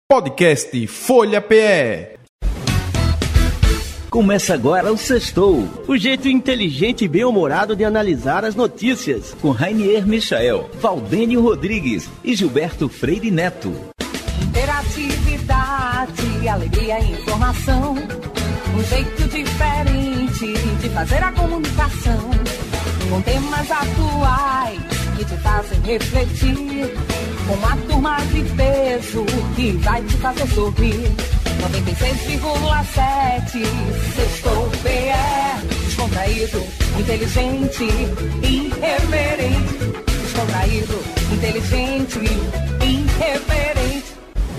Podcast Folha PE. Começa agora o Sextou, o jeito inteligente e bem-humorado de analisar as notícias, com Rainier Michael, Valdênio Rodrigues e Gilberto Freire Neto. Interatividade, alegria e informação, um jeito diferente de fazer a comunicação, com temas atuais que te fazem refletir, com uma turma de peso que vai te fazer sorrir. 96,7 Sextou PE, descontraído, inteligente, irreverente. Descontraído, inteligente, irreverente.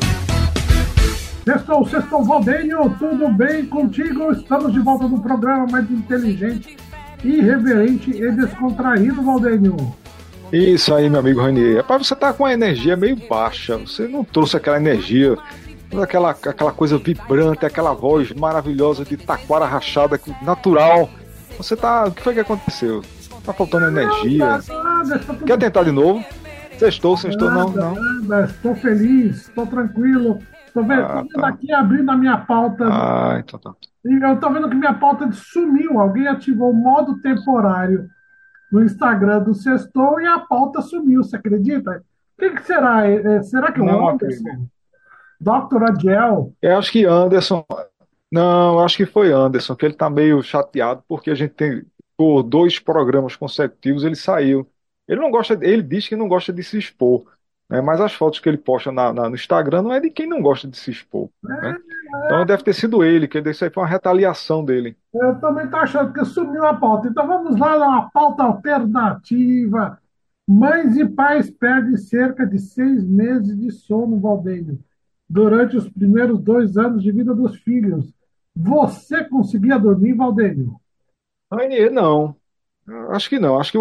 Sextou, Valdênio, tudo bem contigo? Estamos de volta no programa mais inteligente, irreverente e descontraído, Valdênio. Isso aí, meu amigo Ranier. Rapaz, você tá com a energia meio baixa, você não trouxe aquela energia, aquela coisa vibrante, aquela voz maravilhosa de taquara rachada, natural. Você tá... O que foi que aconteceu? Tá faltando energia. Quer tentar de novo? Sextou, não. Estou feliz, estou tranquilo. Tô vendo Tá. aqui abrindo a minha pauta. Então tá. E eu tô vendo que minha pauta sumiu. Alguém ativou o modo temporário no Instagram do Sextou e a pauta sumiu, você acredita? Que será? Será que é o Não Anderson? acredito. Dr. Adiel? Eu acho que Anderson... Não, eu acho que foi Anderson, que ele tá meio chateado porque a gente tem, por 2 programas consecutivos, ele saiu. Ele não gosta, ele diz que não gosta de se expor, né? Mas as fotos que ele posta no Instagram não é de quem não gosta de se expor, né? Então deve ter sido ele, que isso aí foi uma retaliação dele. Eu também estou achando que sumiu a pauta. Então vamos lá na pauta alternativa. Mães e pais perdem cerca de 6 meses de sono, Valdênio, durante os primeiros 2 anos de vida dos filhos. Você conseguia dormir, Valdênio? Rainier, não. Eu acho que não. Acho que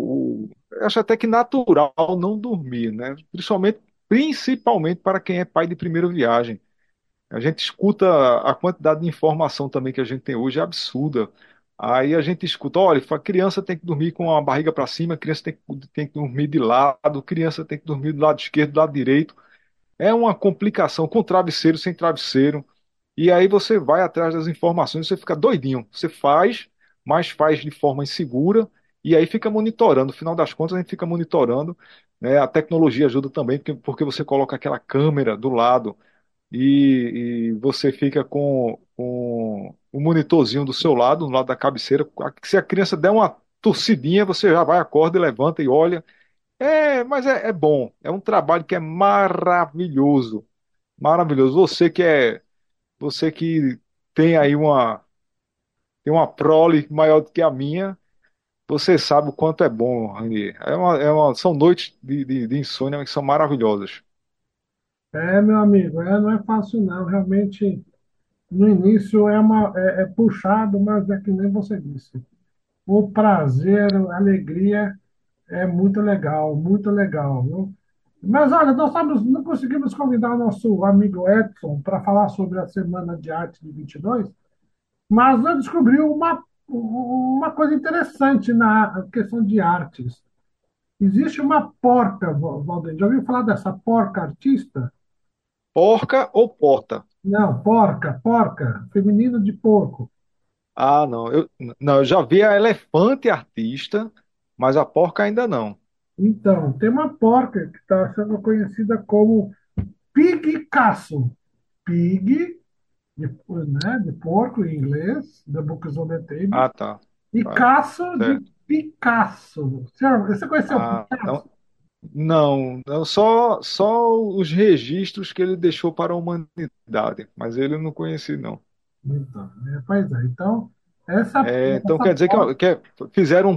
eu acho até que natural não dormir, né? Principalmente para quem é pai de primeira viagem. A gente escuta a quantidade de informação também que a gente tem hoje é absurda. Aí a gente escuta, olha, a criança tem que dormir com a barriga para cima, a criança tem que dormir de lado, a criança tem que dormir do lado esquerdo, do lado direito. É uma complicação com travesseiro, sem travesseiro. E aí você vai atrás das informações, você fica doidinho. Você faz, mas faz de forma insegura e aí fica monitorando. No final das contas, a gente fica monitorando, né? A tecnologia ajuda também, porque você coloca aquela câmera do lado e você fica com o monitorzinho do seu lado, no lado da cabeceira. Se a criança der uma torcidinha, você já vai, acorda e levanta e olha. Mas é bom. É um trabalho que é maravilhoso. Maravilhoso. Você que tem aí tem uma prole maior do que a minha, você sabe o quanto é bom, Rani. São noites de insônia que são maravilhosas. Meu amigo, não é fácil não. Realmente, no início é puxado, mas é que nem você disse. O prazer, a alegria é muito legal, viu? Mas olha, não conseguimos convidar o nosso amigo Edson para falar sobre a Semana de Arte de 22, mas eu descobri uma coisa interessante na questão de artes. Existe uma porca, Valdir, já ouviu falar dessa porca artista? Porca ou porta? Não, porca, feminino de porco. Não. Eu já vi a elefante artista, mas a porca ainda não. Então, tem uma porca que está sendo conhecida como Pigcasso. Pig, de porco em inglês, The Book is on the Table, Tá. e Tá. Casso de Certo. Picasso. Você conheceu Picasso? Então, não, só os registros que ele deixou para a humanidade, mas ele eu não conheci, não. Então, pois é. Então, essa, Então essa quer dizer porca, fizeram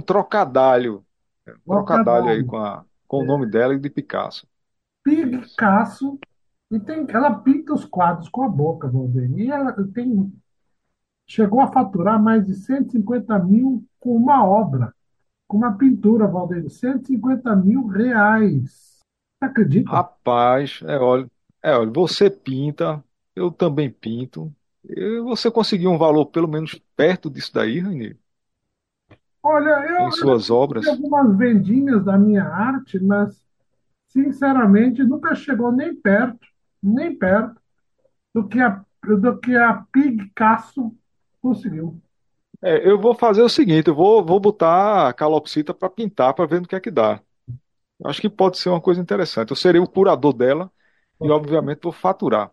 um trocadilho aí trocadilho, com o nome dela e de Picasso. Isso. Picasso, ela pinta os quadros com a boca, Valdir, e ela chegou a faturar mais de 150 mil com uma obra, com uma pintura, Valdir, 150 mil reais. Você acredita? Rapaz, olha, você pinta, eu também pinto. Você conseguiu um valor pelo menos perto disso daí, Rainha, Olha, em eu suas tive obras? algumas vendinhas da minha arte, mas, sinceramente, nunca chegou nem perto, nem perto. do que a Picasso conseguiu. Eu vou fazer o seguinte, vou botar a calopsita para pintar para ver no que é que dá. Eu acho que pode ser uma coisa interessante. Eu serei o curador dela e, Ok? obviamente, vou faturar.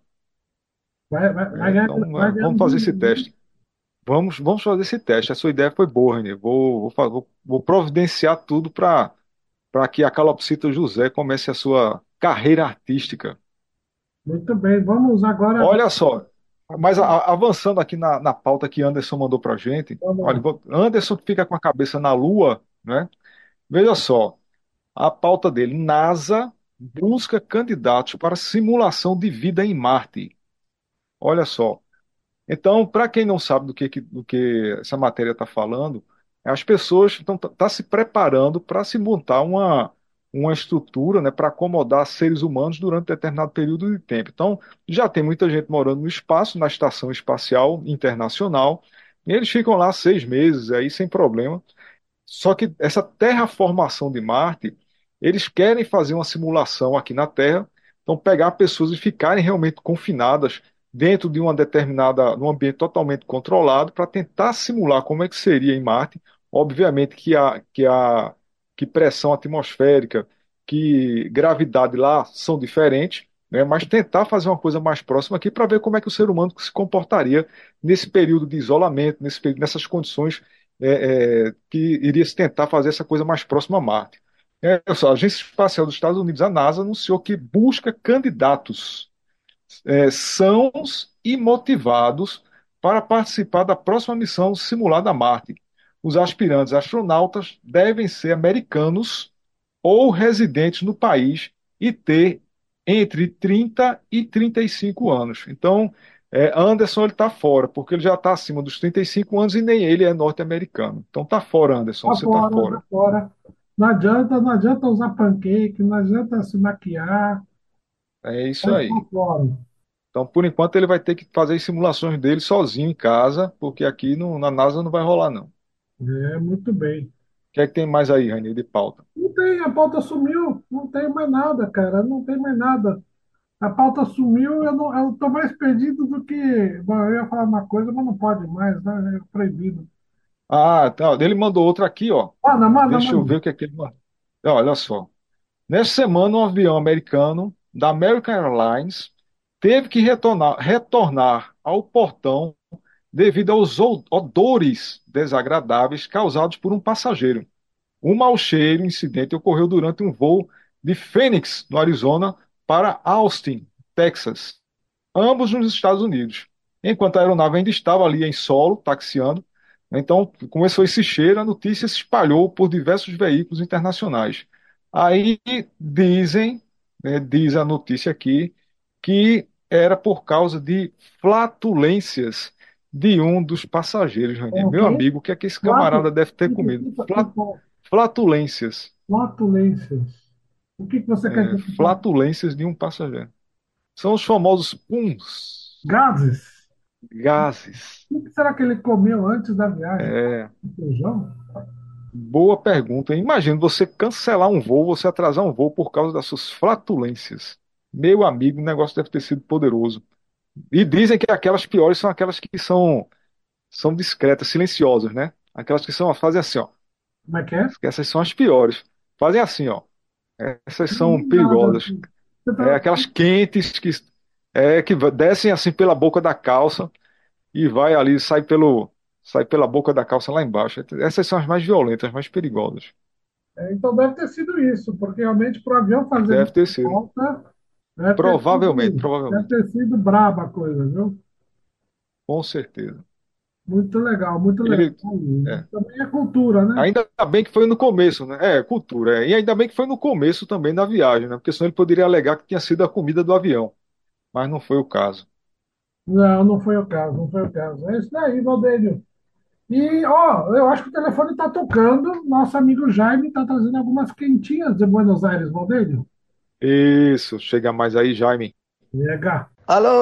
Vai ganhar, Então, vai ganhar um vamos fazer esse dinheiro. teste. Vamos fazer esse teste. A sua ideia foi boa, Renê. Vou providenciar tudo para que a calopsita José comece a sua carreira artística. Muito bem, vamos agora. Olha só, mas avançando aqui na pauta que Anderson mandou para gente, Vamos olha, lá. Anderson fica com a cabeça na Lua, né? Veja só, a pauta dele, NASA busca candidatos para simulação de vida em Marte. Olha só. Então, para quem não sabe do que essa matéria está falando, as pessoas estão tá se preparando para se montar uma estrutura, né, para acomodar seres humanos durante determinado período de tempo. Então, já tem muita gente morando no espaço, na Estação Espacial Internacional, e eles ficam lá 6 meses aí sem problema. Só que essa terraformação de Marte, eles querem fazer uma simulação aqui na Terra, então pegar pessoas e ficarem realmente confinadas dentro de uma determinada, num ambiente totalmente controlado, para tentar simular como é que seria em Marte. Obviamente que pressão atmosférica, que gravidade lá são diferentes, né? Mas tentar fazer uma coisa mais próxima aqui para ver como é que o ser humano se comportaria nesse período de isolamento, nessas condições que iria se tentar fazer essa coisa mais próxima a Marte. A Agência Espacial dos Estados Unidos, a NASA, anunciou que busca candidatos sãos e motivados para participar da próxima missão simulada a Marte. Os aspirantes astronautas devem ser americanos ou residentes no país e ter entre 30 e 35 anos. Então, Anderson ele está fora, porque ele já está acima dos 35 anos e nem ele é norte-americano. Então tá fora, Anderson, Tá você está fora, tá fora. fora. Não adianta usar pancake, não adianta se maquiar, É isso vai estar aí. fora. Então, por enquanto, ele vai ter que fazer as simulações dele sozinho em casa, porque aqui na NASA não vai rolar, não. O Muito bem. que é que tem mais aí, Rainha, de pauta? Não tem, a pauta sumiu, não tem mais nada, cara, não tem mais nada. A pauta sumiu, eu tô mais perdido do que. Bom, eu ia falar uma coisa, mas não pode mais, né? É proibido. Ah, tá. Ele mandou outra aqui, ó. Manda, manda, Deixa eu manda. ver o que é que ele mandou. Olha só. Nessa semana, um avião americano da American Airlines teve que retornar ao portão devido aos odores desagradáveis causados por um passageiro. Um mau cheiro incidente ocorreu durante um voo de Phoenix, no Arizona, para Austin, Texas, ambos nos Estados Unidos. Enquanto a aeronave ainda estava ali em solo, taxiando, então começou esse cheiro, a notícia se espalhou por diversos veículos internacionais. Aí dizem, diz a notícia aqui, que era por causa de flatulências de um dos passageiros, Ranier. O Meu quê? amigo, o que é que esse camarada Flato, deve ter tipo, comido? tipo, tipo, Flatulências. flatulências. O que você quer dizer com flatulências? Flatulências de um passageiro. São os famosos PUMs, Gases? gases. O que será que ele comeu antes da viagem? É, Feijão? boa pergunta. Imagina você cancelar um voo, você atrasar um voo por causa das suas flatulências. Meu amigo, o negócio deve ter sido poderoso. E dizem que aquelas piores são aquelas que são discretas, silenciosas, né? Aquelas que fazem assim, ó. Como é que é? Essas são as piores. Fazem assim, ó. Essas são Nada. perigosas. Você É tá- aquelas quentes que descem assim pela boca da calça e vai ali, sai pela boca da calça lá embaixo. Essas são as mais violentas, as mais perigosas. Então deve ter sido isso, porque realmente para o avião fazer Deve ter muita sido. volta, Provavelmente, deve provavelmente. ter sido braba a coisa, viu? Com certeza. Muito legal, muito legal. Ele, é. Também é cultura, né? Ainda bem que foi no começo, né? É, cultura. E ainda bem que foi no começo também da viagem, né? Porque senão ele poderia alegar que tinha sido a comida do avião. Mas não foi o caso. Não, não foi o caso, não foi o caso. É isso daí, Valdênio. E, ó, eu acho que o telefone está tocando. Nosso amigo Jaime está trazendo algumas quentinhas de Buenos Aires, Valdênio. Isso, chega mais aí, Jaime. Chega. Alô,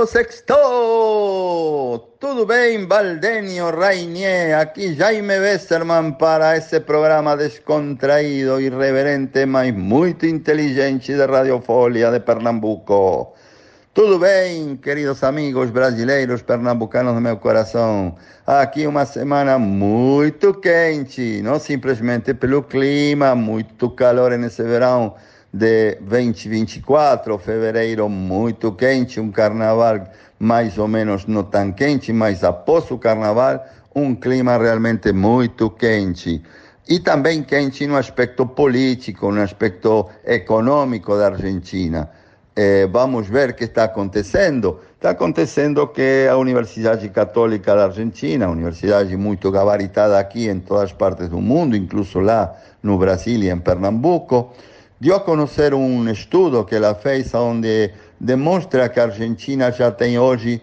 Sexto! Tudo bem, Valdenio Rainier? Aqui Jaime Besserman para esse programa descontraído, irreverente, mas muito inteligente de Radiofolia de Pernambuco. Tudo bem, queridos amigos brasileiros, pernambucanos do meu coração? Aqui uma semana muito quente, não simplesmente pelo clima, muito calor nesse verão de 2024, fevereiro muito quente, um carnaval mais ou menos não tão quente, mas após o carnaval, um clima realmente muito quente. E também quente no aspecto político, no aspecto econômico da Argentina. Vamos ver o que está acontecendo. Está acontecendo que a Universidade Católica da Argentina, universidade muito gabaritada aqui em todas as partes do mundo, incluso lá no Brasil e em Pernambuco, deu a conhecer um estudo que ela fez onde demonstra que a Argentina já tem hoje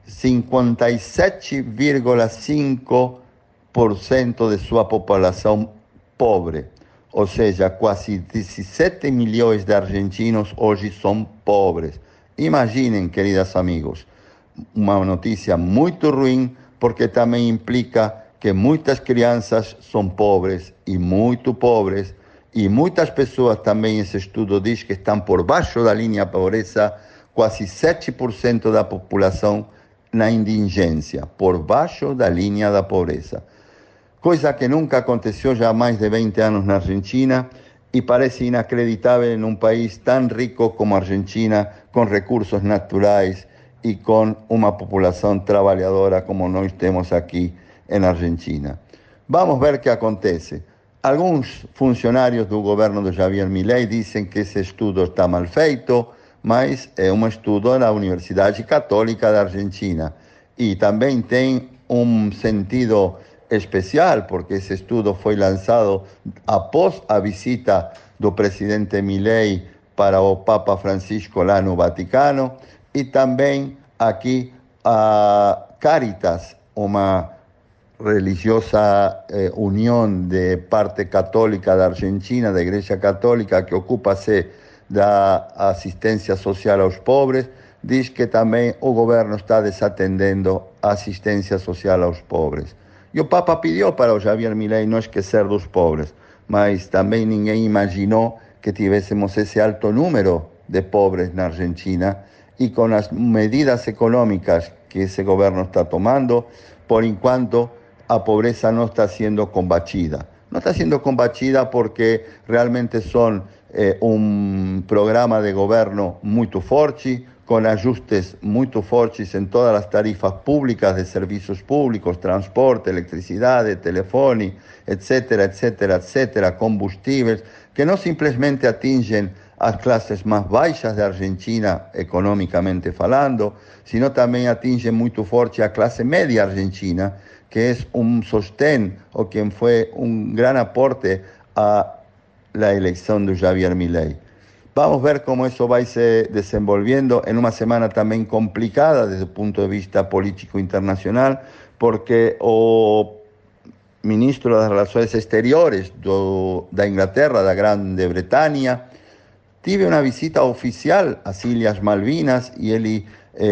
57,5% de sua população pobre. Ou seja, quase 17 milhões de argentinos hoje são pobres. Imaginem, queridos amigos, uma notícia muito ruim, porque também implica que muitas crianças são pobres, e muitas pessoas também, esse estudo diz que estão por baixo da linha de pobreza, quase 7% da população na indigência, por baixo da linha da pobreza. Coisa que nunca aconteceu já há mais de 20 anos na Argentina e parece inacreditável em um país tão rico como a Argentina, com recursos naturais e com uma população trabalhadora como nós temos aqui na Argentina. Vamos ver o que acontece. Alguns funcionários do governo de Javier Milei dizem que esse estudo está mal feito, mas é um estudo da Universidade Católica da Argentina. E também tem um sentido especial, porque esse estudo foi lançado após a visita do presidente Milei para o Papa Francisco lá no Vaticano, e também aqui a Caritas, uma religiosa união de parte católica da Argentina, da Igreja Católica, que ocupa-se da assistência social aos pobres, diz que também o governo está desatendendo a assistência social aos pobres. E o Papa pediu para o Javier Milei não esquecer dos pobres, mas também ninguém imaginou que tivéssemos esse alto número de pobres na Argentina, e com as medidas econômicas que esse governo está tomando, por enquanto a pobreza não está sendo combatida. Não está sendo combatida porque realmente são um programa de governo muito forte, com ajustes muito fortes em todas as tarifas públicas de serviços públicos, transporte, eletricidade, telefone, etc., etc., etc., combustíveis, que não simplesmente atingem as classes mais baixas da Argentina, economicamente falando, sino também atingem muito forte a classe média argentina, que é um sostén, ou quem foi um grande aporte à eleição do Javier Milei. Vamos ver como isso vai se desenvolvendo en una semana también complicada desde el punto de vista político internacional, porque o ministro das Relações Exteriores da Inglaterra, da Grande Bretanha, tive uma visita oficial às Ilhas Malvinas e ele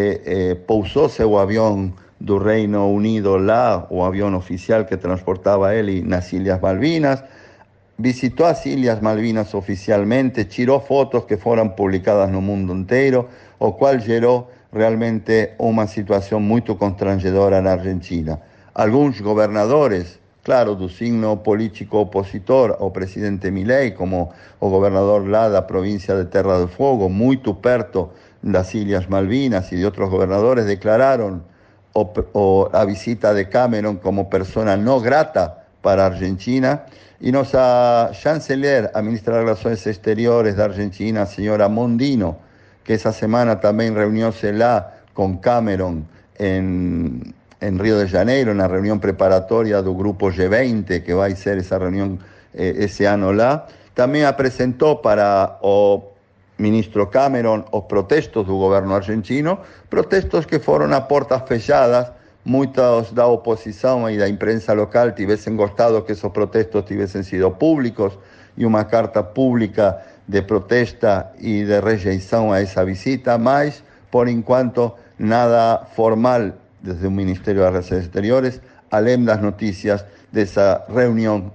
pousou seu avião do Reino Unido lá, o avião oficial que transportava ele nas Ilhas Malvinas. Visitou as Ilhas Malvinas oficialmente, tirou fotos que foram publicadas no mundo inteiro, o qual gerou realmente uma situação muito constrangedora na Argentina. Alguns governadores, claro, do signo político opositor ao presidente Milei, como o governador lá da província de Terra do Fogo, muito perto das Ilhas Malvinas, e de outros governadores, declararam a visita de Cameron como persona não grata para a Argentina. E nossa chanceler, a ministra de Relações Exteriores da Argentina, a senhora Mondino, que essa semana também reuniu-se lá com Cameron em Rio de Janeiro, na reunião preparatória do grupo G20, que vai ser essa reunião esse ano lá, também apresentou para o ministro Cameron os protestos do governo argentino, protestos que foram a portas fechadas. Muitos da oposição e da imprensa local tivessem gostado que esses protestos tivessem sido públicos, e uma carta pública de protesta e de rejeição a essa visita, mas, por enquanto, nada formal desde o Ministério das Relações Exteriores, além das notícias dessa reunião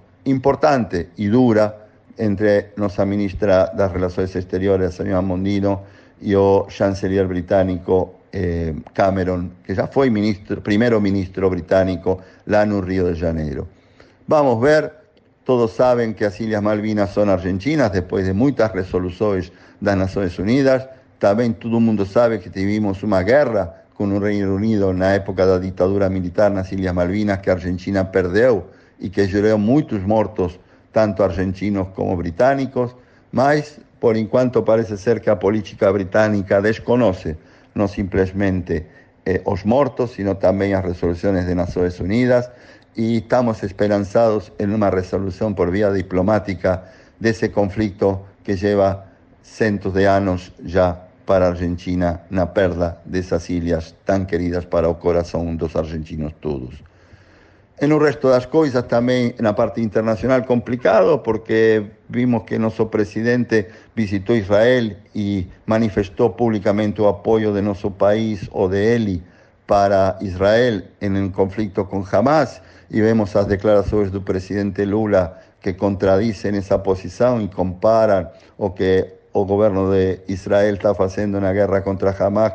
importante e dura entre nossa ministra das Relações Exteriores, a senhora Mondino, e o chanceler britânico Cameron, que já foi primeiro-ministro britânico lá no Rio de Janeiro. Vamos ver, todos sabem que as Ilhas Malvinas são argentinas, depois de muitas resoluções das Nações Unidas. Também todo mundo sabe que tivemos uma guerra com o Reino Unido na época da ditadura militar nas Ilhas Malvinas, que a Argentina perdeu e que gerou muitos mortos, tanto argentinos como britânicos, mas por enquanto parece ser que a política britânica desconoce não simplesmente os mortos, sino também as resoluções das Nações Unidas, e estamos esperanzados em uma resolução por via diplomática desse conflito que leva centos de anos já para a Argentina na perda dessas ilhas tão queridas para o coração dos argentinos todos. E no resto das coisas também na parte internacional complicado, porque vimos que nosso presidente visitou Israel e manifestou publicamente o apoio de nosso país ou de ele para Israel em um conflito com Hamas, e vemos as declarações do presidente Lula que contradizem essa posição e comparam o que o governo de Israel está fazendo na guerra contra Hamas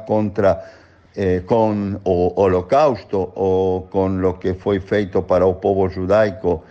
com o Holocausto ou com o que foi feito para o povo judaico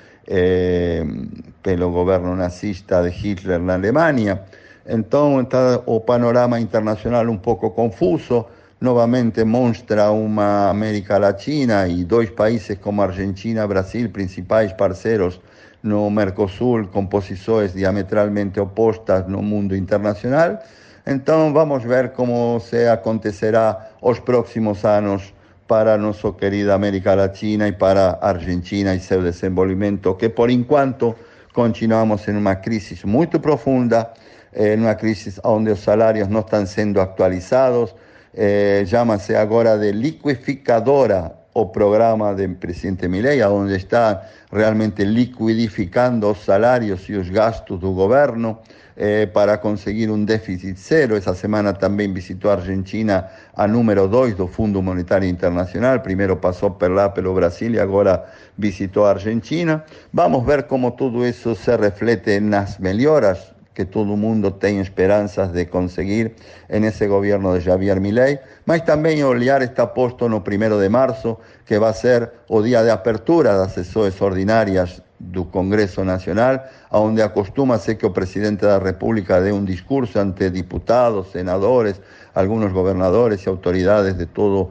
pelo governo nazista de Hitler na Alemanha. Então está o panorama internacional um pouco confuso. Novamente mostra uma América Latina e dois países como Argentina e Brasil, principais parceiros no Mercosul, com posições diametralmente opostas no mundo internacional. Então vamos ver como se acontecerá os próximos anos para nossa querida América Latina e para a Argentina e seu desenvolvimento, que por enquanto continuamos em uma crise muito profunda, numa crise onde os salários não estão sendo atualizados. Chama-se agora de liquidificadora o programa do presidente Milei, onde está realmente liquidificando os salários e os gastos do governo para conseguir um déficit zero. Essa semana também visitou a Argentina a número 2 do Fundo Monetário Internacional. Primeiro passou por lá pelo Brasil e agora visitou a Argentina. Vamos ver como tudo isso se reflete nas melhoras que todo mundo tem esperanças de conseguir nesse governo de Javier Milei, mas também o olhar está posto no 1º de março, que vai ser o dia de apertura das sessões ordinárias do Congresso Nacional, onde acostuma ser que o presidente da República dê um discurso ante diputados, senadores, alguns governadores e autoridades de todo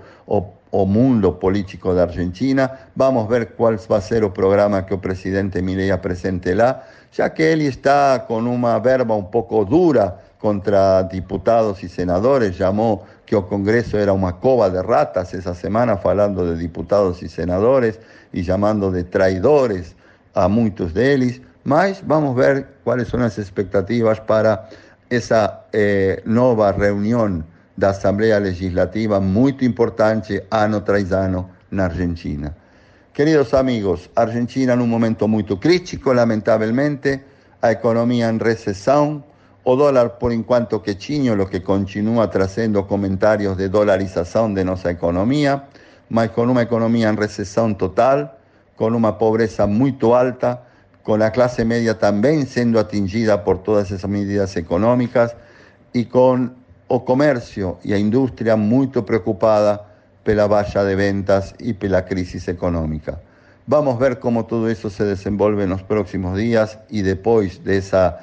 o mundo político da Argentina. Vamos ver qual vai ser o programa que o presidente Milei apresente lá, já que ele está com uma verba um pouco dura contra diputados e senadores. Chamou que o Congresso era uma cova de ratas essa semana, falando de diputados e senadores e chamando de traidores a muitos deles. Mas vamos ver quais são as expectativas para essa nova reunião da Assembleia Legislativa, muito importante, ano tras ano, na Argentina. Queridos amigos, Argentina num momento muito crítico, lamentavelmente, a economia em recessão, o dólar por enquanto quietinho, o que continua trazendo comentários de dolarização de nossa economia, mas com uma economia em recessão total, com uma pobreza muito alta, com a classe média também sendo atingida por todas essas medidas econômicas e com o comércio e a indústria muito preocupada pela baixa de ventas e pela crise econômica. Vamos ver como tudo isso se desenvolve nos próximos dias e depois dessa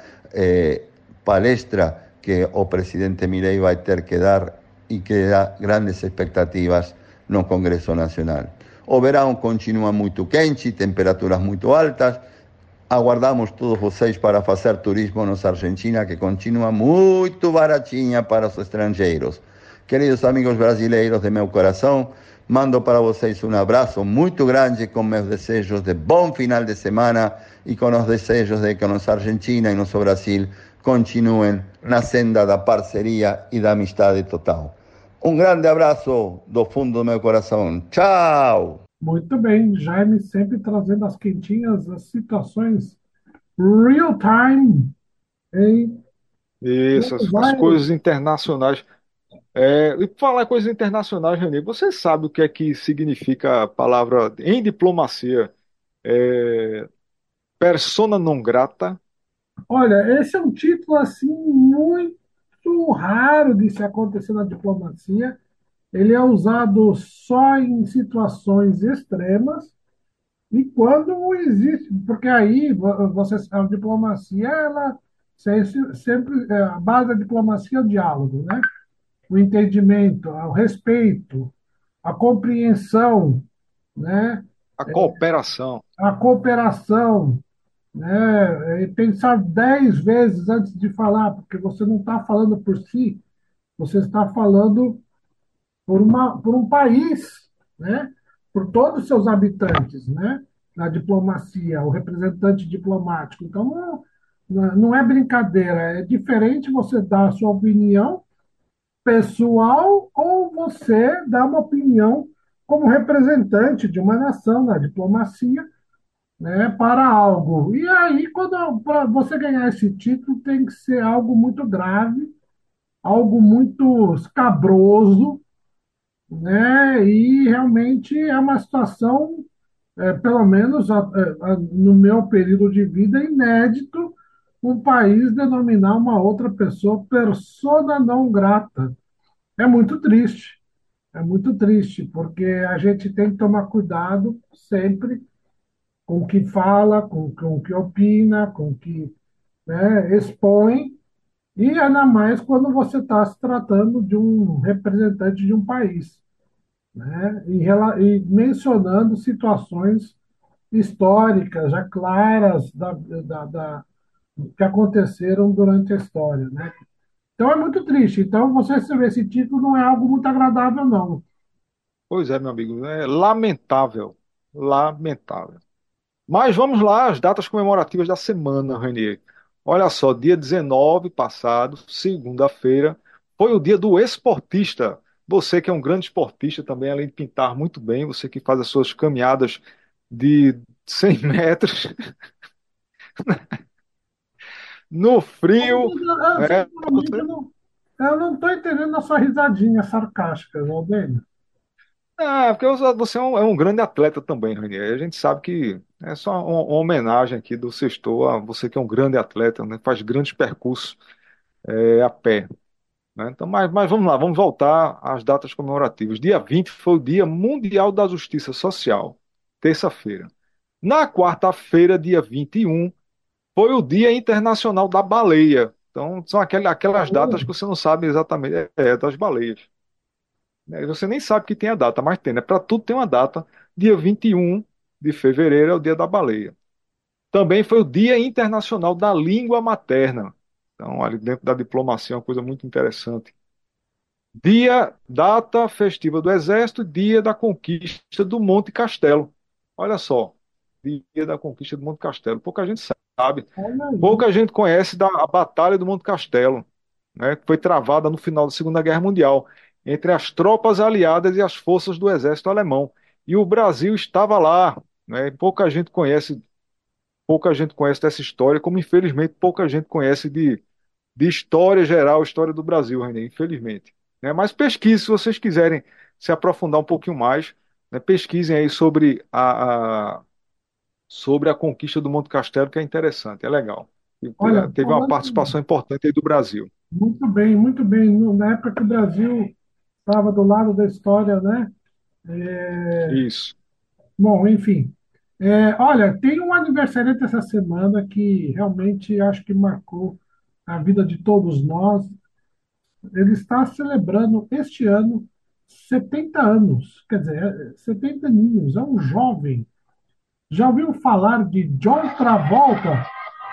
palestra que o presidente Milei vai ter que dar e que dá grandes expectativas no Congresso Nacional. O verão continua muito quente, temperaturas muito altas. Aguardamos todos vocês para fazer turismo na Argentina, que continua muito baratinha para os estrangeiros. Queridos amigos brasileiros de meu coração, mando para vocês um abraço muito grande com meus desejos de bom final de semana e com os desejos de que nossa Argentina e nosso Brasil continuem na senda da parceria e da amistade total. Um grande abraço do fundo do meu coração. Tchau! Muito bem, Jaime sempre trazendo as quentinhas, as situações real time em Isso, Buenos as Aires. coisas internacionais. E por falar em coisas internacionais, Reni, você sabe o que é que significa a palavra em diplomacia? É, persona non grata? Olha, esse é um título assim muito muito raro de se acontecer na diplomacia. Ele é usado só em situações extremas e quando não existe, porque aí você, a diplomacia, ela sempre, a base da diplomacia é o diálogo, né? O entendimento, o respeito, a compreensão, né? A cooperação. A cooperação, né? E pensar 10 vezes antes de falar, porque você não está falando por si, você está falando por um país, né? Por todos os seus habitantes, né? Na diplomacia, o representante diplomático. Então, não é brincadeira, é diferente você dar a sua opinião pessoal ou você dar uma opinião como representante de uma nação na diplomacia, né, para algo. E aí, quando para você ganhar esse título, tem que ser algo muito grave, algo muito escabroso, né? E realmente é uma situação, pelo menos no meu período de vida, inédito um país denominar uma outra pessoa persona não grata. É muito triste, é muito triste, porque a gente tem que tomar cuidado sempre com o que fala, com o que opina, com o que, né, expõe, e ainda mais quando você está se tratando de um representante de um país, né? E mencionando situações históricas já claras que aconteceram durante a história, né? Então é muito triste. Então você receber esse título não é algo muito agradável, não. Pois é, meu amigo, é lamentável. Lamentável. Mas vamos lá, as datas comemorativas da semana, Renier. Olha só, dia 19 passado, segunda-feira, foi o dia do esportista. Você que é um grande esportista também, além de pintar muito bem, você que faz as suas caminhadas de 100 metros no frio, né? Sinceramente, eu não estou entendendo a sua risadinha sarcástica, Valdênio. Ah, porque você é um grande atleta também, Renier. A gente sabe que é só uma homenagem aqui do Sextou a você que é um grande atleta, né? Faz grandes percursos a pé. Né? Então, mas vamos lá, vamos voltar às datas comemorativas. Dia 20 foi o Dia Mundial da Justiça Social, terça-feira. Na quarta-feira, dia 21, foi o Dia Internacional da Baleia. Então, são aquelas datas que você não sabe exatamente, das baleias. Né? Você nem sabe que tem a data, mas tem, né? Para tudo tem uma data. Dia 21 de fevereiro é o Dia da Baleia. Também foi o Dia Internacional da Língua Materna. Então, ali dentro da diplomacia, é uma coisa muito interessante. Dia, data festiva do Exército, dia da conquista do Monte Castelo. Olha só, dia da conquista do Monte Castelo. Pouca gente sabe, Olha aí. pouca gente conhece da a Batalha do Monte Castelo, né, que foi travada no final da Segunda Guerra Mundial entre as tropas aliadas e as forças do Exército Alemão. E o Brasil estava lá, né, pouca gente conhece dessa história, como infelizmente pouca gente conhece de história geral, história do Brasil, René, infelizmente. Né? Mas pesquise, se vocês quiserem se aprofundar um pouquinho mais, né? Pesquisem aí sobre a conquista do Monte Castelo, que é interessante, é legal. E, Olha, teve uma falando participação importante aí do Brasil. muito bem, muito bem. Na época que o Brasil estava do lado da história, né? Isso. Bom, enfim. Olha, tem um aniversariante essa semana que realmente acho que marcou a vida de todos nós. Ele está celebrando este ano 70 anos, quer dizer, 70 aninhos, é um jovem. Já ouviu falar de John Travolta?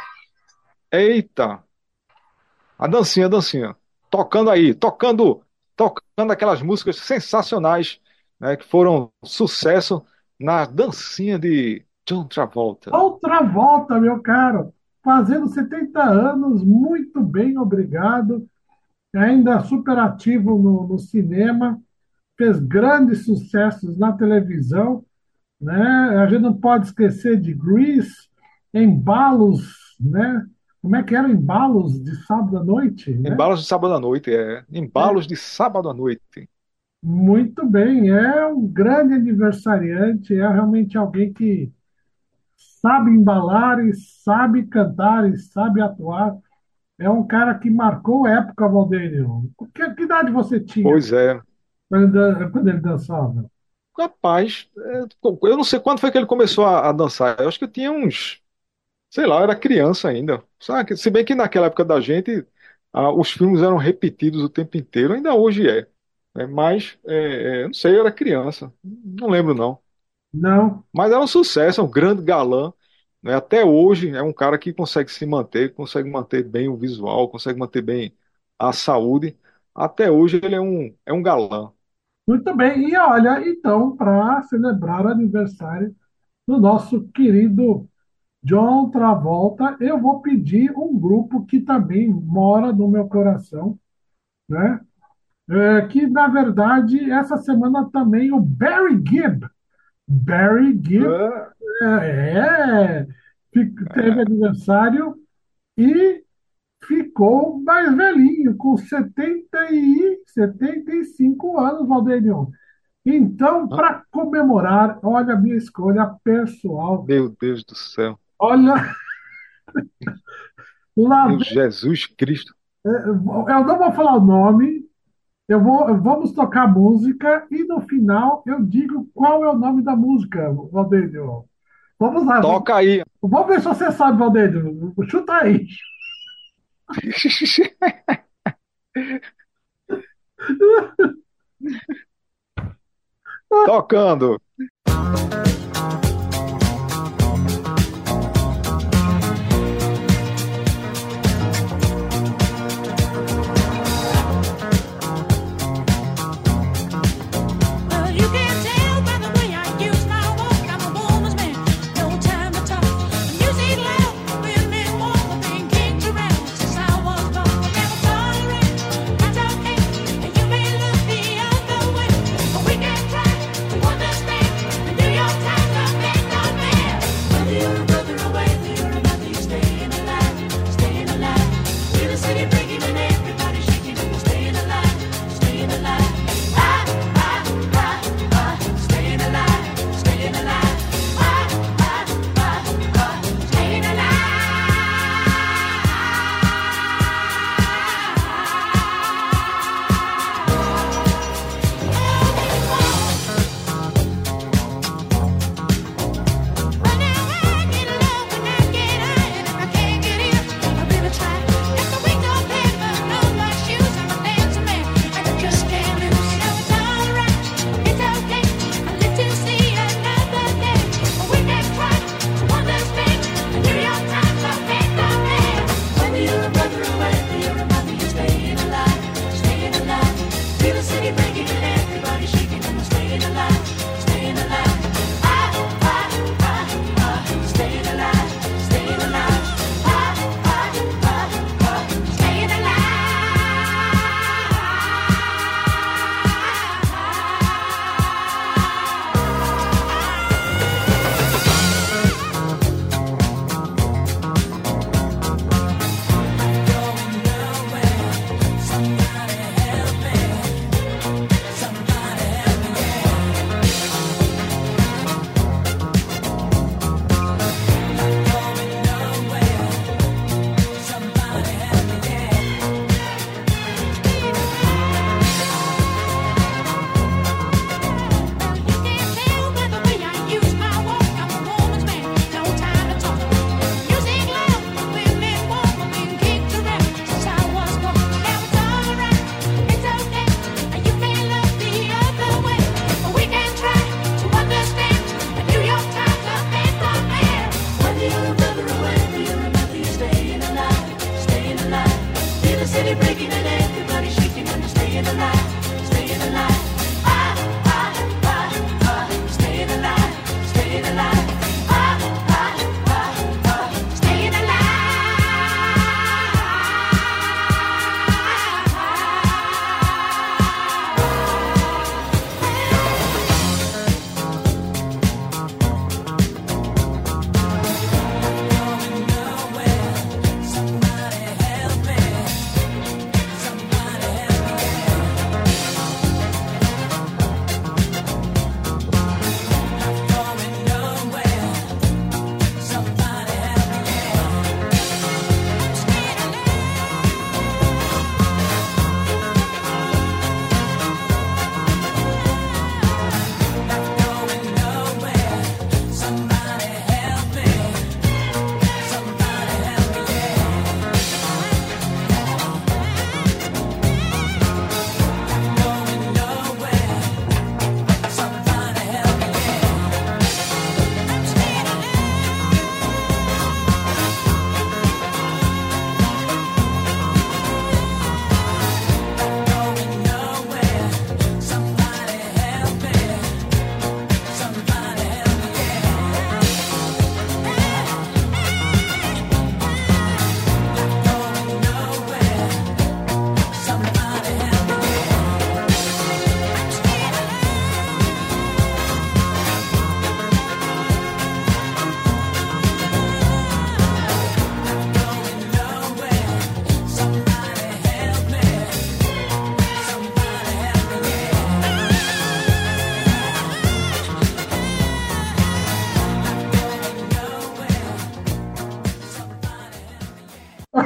Eita, a dancinha, a dancinha. Tocando aí, tocando aquelas músicas sensacionais, né, que foram sucesso na dancinha de John Travolta. John Travolta, meu caro, fazendo 70 anos, muito bem, obrigado. Ainda super ativo no cinema, fez grandes sucessos na televisão, né? A gente não pode esquecer de Grease, Embalos, né? Como é que era Embalos de sábado à noite, né? Embalos de sábado à noite, Embalos de sábado à noite. Muito bem, é um grande aniversariante, é realmente alguém que sabe embalar e sabe cantar e sabe atuar. É um cara que marcou época, Valdênio. Que idade você tinha Pois é. quando ele dançava? Rapaz, eu não sei quando foi que ele começou a dançar. Eu acho que eu tinha uns, sei lá, eu era criança ainda. Sabe? Se bem que naquela época da gente, os filmes eram repetidos o tempo inteiro, ainda hoje é. Mas, não sei, eu era criança. Não lembro, não. Não. Mas é um sucesso, é um grande galã. Né? Até hoje é um cara que consegue se manter, consegue manter bem o visual, consegue manter bem a saúde. Até hoje ele é um galã. Muito bem. E olha, então, para celebrar o aniversário do nosso querido John Travolta, eu vou pedir um grupo que também mora no meu coração, né? Que, na verdade, essa semana também o Barry Gibb. Barry Gibb É, é, teve aniversário e ficou mais velhinho, com 75 anos, Valdênio. Então, para comemorar, olha a minha escolha pessoal. meu Deus do céu. Olha, lá Meu vem, Jesus Cristo. eu não vou falar o nome, vamos tocar música e no final eu digo qual é o nome da música, Valdênio. Vamos lá, Toca aí. vamos ver se você sabe, Valdênio. Chuta aí. Tocando. Well, you can tell by the way I use my walk. I'm a woman's man, no time to talk. Music loud, women walk, being kicked around since I was born. Never tolerate, that's okay. And you may look the other way, but we can try to understand and do your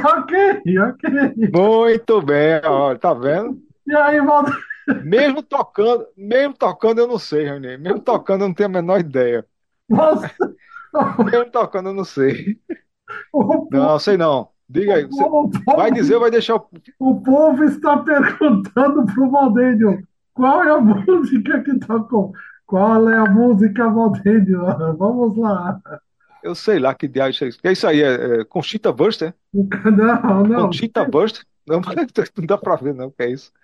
Ok, ok. Muito bem, ó, tá vendo? E aí, Valdir? Mesmo tocando eu não sei, Rani. Mesmo tocando eu não tenho a menor ideia. Você, Mesmo tocando eu não sei. o, Não, sei não. Diga aí, você o vai dizer ou povo, vai deixar o... o povo está perguntando pro Valdênio qual é a música que tocou. Qual é a música, Valdênio? Vamos lá. Eu sei lá que diabo é isso. Que é isso aí? É Conchita Wurst, é? Não, não. Conchita Wurst? Não, não dá pra ver, não, o que é isso.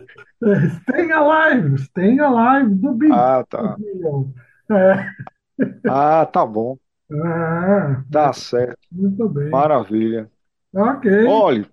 Staying Alive do Bee Ah, Gees, tá. meu. É, Ah, tá bom. é, Tá certo. muito bem. Maravilha. Ok. Olhe,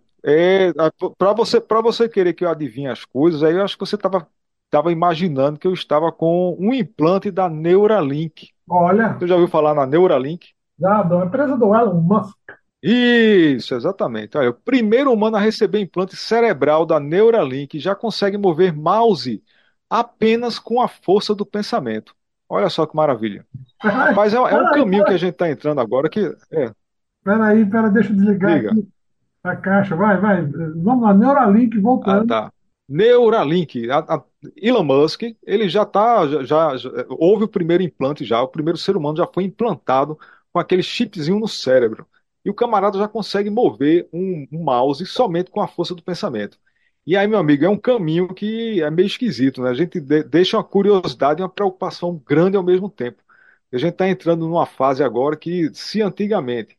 para você querer que eu adivinhe as coisas, aí eu acho que você tava imaginando que eu estava com um implante da Neuralink. Olha, Você já ouviu falar na Neuralink? da empresa do Elon Musk. Isso, exatamente. Olha, o primeiro humano a receber implante cerebral da Neuralink já consegue mover mouse apenas com a força do pensamento. Olha só que maravilha. Peraí, Rapaz, é um peraí, caminho que a peraí. gente está entrando agora que. Peraí, deixa eu desligar Diga. aqui a caixa. Vai. Vamos lá, Neuralink Ah, voltando. tá. Neuralink, Elon Musk, ele já está, houve o primeiro implante já, o primeiro ser humano já foi implantado com aquele chipzinho no cérebro. E o camarada já consegue mover um mouse somente com a força do pensamento. E aí, meu amigo, é um caminho que é meio esquisito, né? A gente deixa uma curiosidade e uma preocupação grande ao mesmo tempo. A gente está entrando numa fase agora que, se antigamente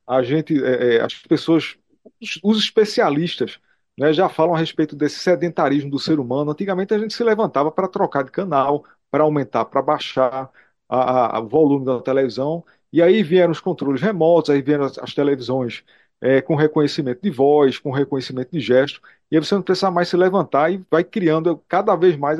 as pessoas, os especialistas, né, já falam a respeito desse sedentarismo do ser humano. Antigamente a gente se levantava para trocar de canal, para aumentar, para baixar o volume da televisão, e aí vieram os controles remotos, aí vieram as televisões com reconhecimento de voz, com reconhecimento de gesto, e aí você não precisa mais se levantar e vai criando cada vez mais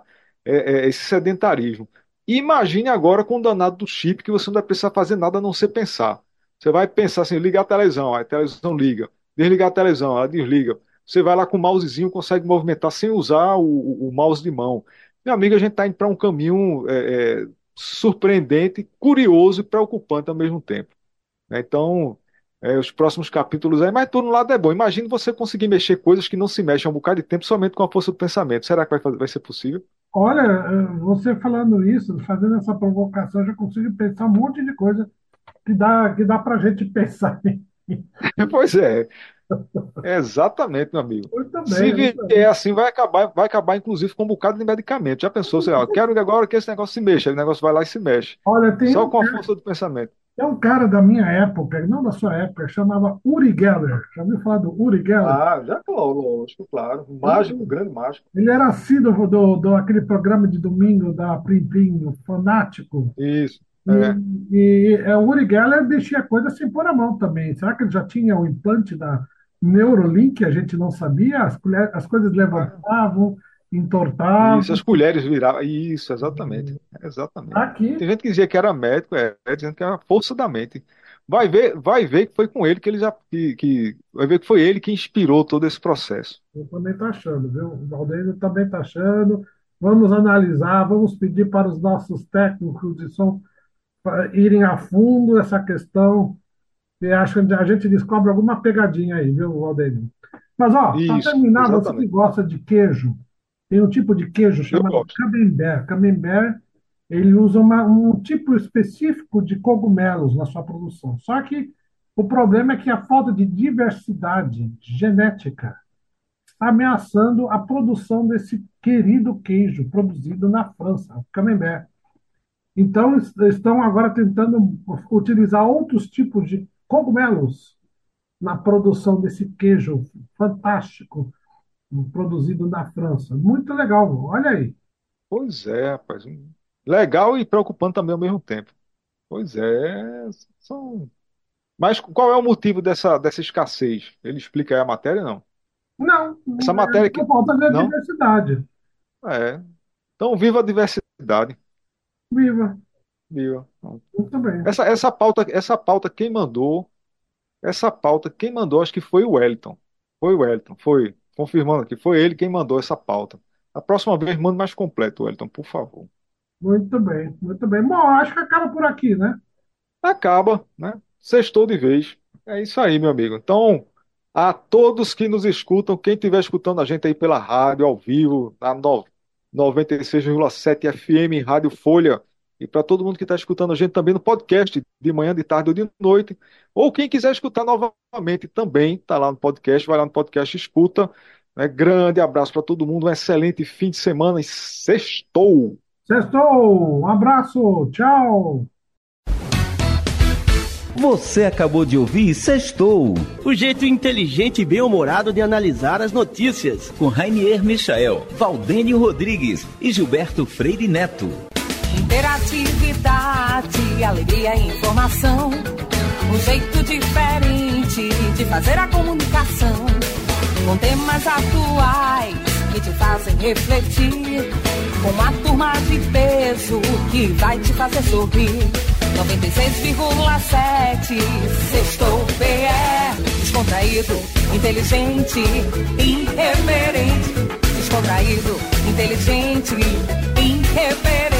esse sedentarismo. E imagine agora com o danado do chip que você não vai precisar fazer nada a não ser pensar. Você vai pensar assim, ligar a televisão, aí a televisão liga, desligar a televisão, ela desliga. Você vai lá com o mousezinho, consegue movimentar sem usar o mouse de mão. Meu amigo, a gente está indo para um caminho surpreendente, curioso e preocupante ao mesmo tempo, né? Então, os próximos capítulos aí, mas por um lado é bom. Imagine você conseguir mexer coisas que não se mexem há um bocado de tempo somente com a força do pensamento. Será que vai ser possível? Olha, você falando isso, fazendo essa provocação, eu já consigo pensar um monte de coisa que dá para a gente pensar. Pois é, exatamente, meu amigo. Muito Se bem, muito vier bem. assim, vai acabar inclusive com um bocado de medicamento. Já pensou, sei lá, eu quero agora que esse negócio se mexa, aí o negócio vai lá e se mexe. Olha, Só com a força do pensamento. tem um cara da minha época, não da sua época, chamava Uri Geller. Já ouviu falar do Uri Geller? Ah, já claro, lógico, claro. Mágico, Ele, grande mágico. ele era assíduo do aquele programa de domingo da Plim Plim, o Fanático. Isso. E, É. o Uri Geller mexia a coisa sem pôr a mão também. Será que ele já tinha o implante da Neurolink? A gente não sabia. As coisas Ah, levantavam, isso, entortavam. as colheres viravam. Isso, exatamente. Exatamente. Aqui, Tem gente que dizia que era médico, dizendo que era a força da mente. Vai ver que foi com ele que ele já. Vai ver que foi ele que inspirou todo esse processo. eu também estou achando, viu? O Valdênio também está achando. Vamos analisar, vamos pedir para os nossos técnicos de som irem a fundo essa questão. E acho que a gente descobre alguma pegadinha aí, viu, Valdênio? Mas, ó, para Isso, terminar, você que exatamente. gosta de queijo, tem um tipo de queijo Eu chamado gosto. camembert. Camembert, ele usa um tipo específico de cogumelos na sua produção. Só que o problema é que a falta de diversidade genética está ameaçando a produção desse querido queijo produzido na França, o camembert. Então, estão agora tentando utilizar outros tipos de cogumelos na produção desse queijo fantástico produzido na França. Muito legal, olha aí. Pois é, rapaz. Legal e preocupante também ao mesmo tempo. Pois é. São... Mas qual é o motivo dessa escassez? Ele explica aí a matéria, não? Não, Essa é matéria por que. falta de Não? diversidade. É. Então, viva a diversidade. Viva, Viva. muito bem. Essa pauta, quem mandou, acho que foi o Wellington. Foi o Wellington, foi. Confirmando aqui, foi ele quem mandou essa pauta. A próxima vez, mande mais completo, Wellington, por favor. Muito bem, muito bem. Bom, acho que acaba por aqui, né? Acaba, né? Sextou de vez. É isso aí, meu amigo. Então, A todos que nos escutam, quem estiver escutando a gente aí pela rádio, ao vivo, na 96,7 FM, Rádio Folha, e para todo mundo que está escutando a gente também no podcast, de manhã, de tarde ou de noite, ou quem quiser escutar novamente também, está lá no podcast, vai lá no podcast, escuta. Né? Grande abraço para todo mundo, um excelente fim de semana e sextou! Sextou! Um abraço! Tchau! Você acabou de ouvir Sextou, o jeito inteligente e bem-humorado de analisar as notícias, com Rainier Michael, Valdênio Rodrigues e Gilberto Freire Neto. Interatividade, alegria e informação, um jeito diferente de fazer a comunicação, com temas atuais que te fazem refletir, com uma turma de peso que vai te fazer sorrir. 96,7 Sextou PE, descontraído, inteligente, irreverente. Descontraído, inteligente, irreverente.